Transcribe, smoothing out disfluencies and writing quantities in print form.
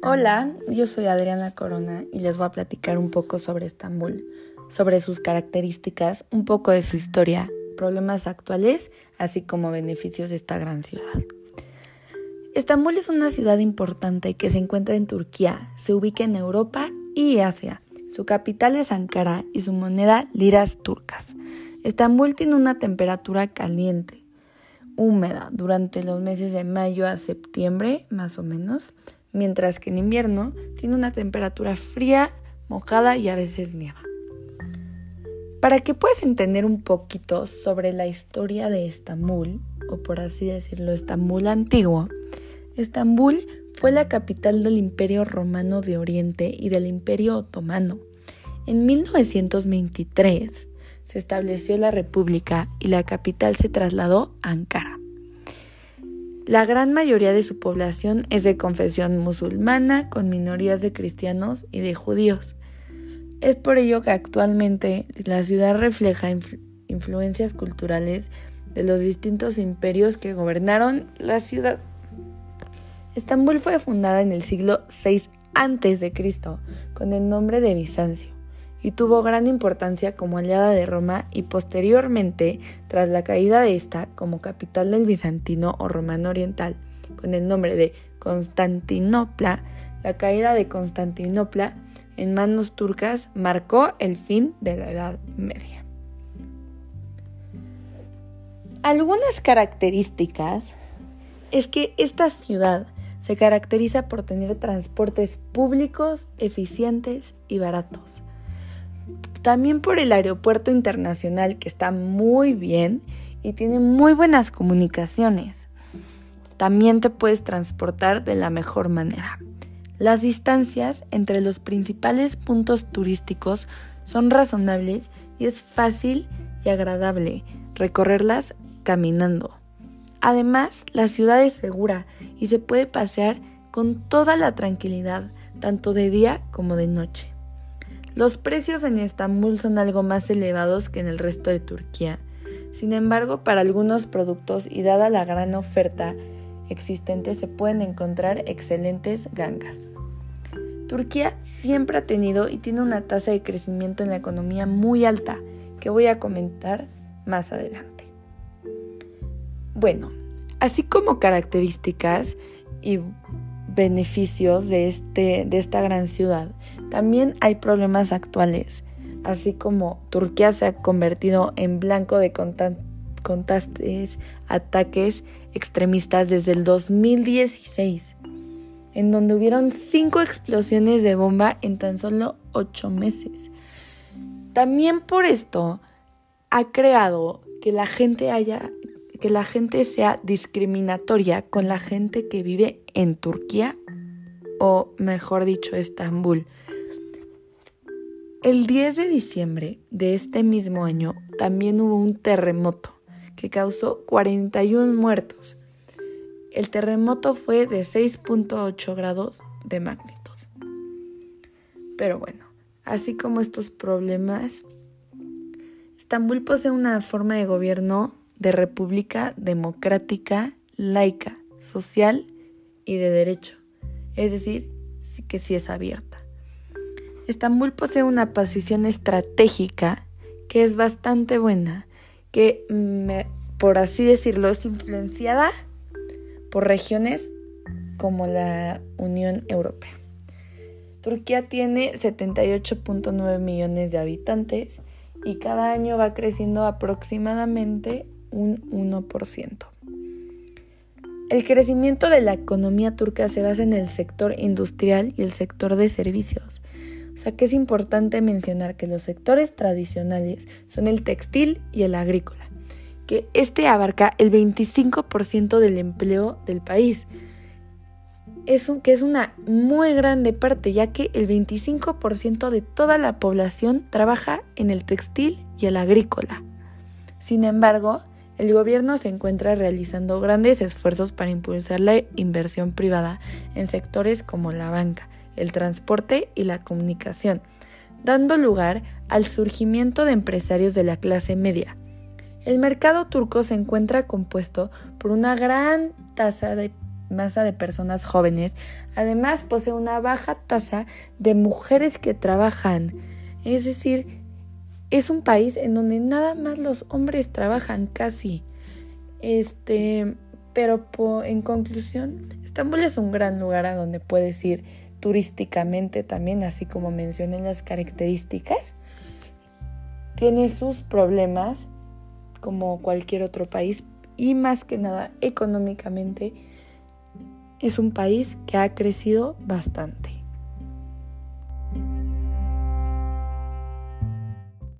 Hola, yo soy Adriana Corona y les voy a platicar un poco sobre Estambul, sobre sus características, un poco de su historia, problemas actuales, así como beneficios de esta gran ciudad. Estambul es una ciudad importante que se encuentra en Turquía, se ubica en Europa y Asia. Su capital es Ankara y su moneda liras turcas. Estambul tiene una temperatura caliente, húmeda durante los meses de mayo a septiembre, más o menos, mientras que en invierno tiene una temperatura fría, mojada y a veces nieva. Para que puedas entender un poquito sobre la historia de Estambul, o por así decirlo, Estambul antiguo, Estambul fue la capital del Imperio Romano de Oriente y del Imperio Otomano. En 1923 se estableció la República y la capital se trasladó a Ankara. La gran mayoría de su población es de confesión musulmana, con minorías de cristianos y de judíos. Es por ello que actualmente la ciudad refleja influencias culturales de los distintos imperios que gobernaron la ciudad. Estambul fue fundada en el siglo VI a.C. con el nombre de Bizancio y tuvo gran importancia como aliada de Roma y posteriormente, tras la caída de esta, como capital del bizantino o romano oriental, con el nombre de Constantinopla. La caída de Constantinopla en manos turcas marcó el fin de la Edad Media. Algunas características es que esta ciudad se caracteriza por tener transportes públicos, eficientes y baratos. También por el aeropuerto internacional, que está muy bien y tiene muy buenas comunicaciones. También te puedes transportar de la mejor manera. Las distancias entre los principales puntos turísticos son razonables y es fácil y agradable recorrerlas caminando. Además, la ciudad es segura y se puede pasear con toda la tranquilidad, tanto de día como de noche. Los precios en Estambul son algo más elevados que en el resto de Turquía. Sin embargo, para algunos productos y dada la gran oferta existente, se pueden encontrar excelentes gangas. Turquía siempre ha tenido y tiene una tasa de crecimiento en la economía muy alta, que voy a comentar más adelante. Bueno, así como características y beneficios de esta gran ciudad, también hay problemas actuales, así como Turquía se ha convertido en blanco de constantes ataques extremistas desde el 2016, en donde hubieron 5 explosiones de bomba en tan solo 8 meses. También por esto ha creado que la gente sea discriminatoria con la gente que vive en Turquía, o mejor dicho, Estambul. El 10 de diciembre de este mismo año también hubo un terremoto que causó 41 muertos. El terremoto fue de 6.8 grados de magnitud. Pero bueno, así como estos problemas, Estambul posee una forma de gobierno de república democrática, laica, social y de derecho, es decir, que sí es abierta. Estambul posee una posición estratégica que es bastante buena, que por así decirlo es influenciada por regiones como la Unión Europea. Turquía tiene 78.9 millones de habitantes y cada año va creciendo aproximadamente un 1%. El crecimiento de la economía turca se basa en el sector industrial y el sector de servicios. O sea que es importante mencionar que los sectores tradicionales son el textil y el agrícola, que abarca el 25% del empleo del país. Que es una muy grande parte, ya que el 25% de toda la población trabaja en el textil y el agrícola. Sin embargo, el gobierno se encuentra realizando grandes esfuerzos para impulsar la inversión privada en sectores como la banca, el transporte y la comunicación, dando lugar al surgimiento de empresarios de la clase media. El mercado turco se encuentra compuesto por una gran tasa de masa de personas jóvenes. Además, posee una baja tasa de mujeres que trabajan. Es decir, es un país en donde nada más los hombres trabajan casi. Pero en conclusión, Estambul es un gran lugar a donde puedes ir turísticamente también, así como mencioné las características. Tiene sus problemas como cualquier otro país y más que nada económicamente es un país que ha crecido bastante.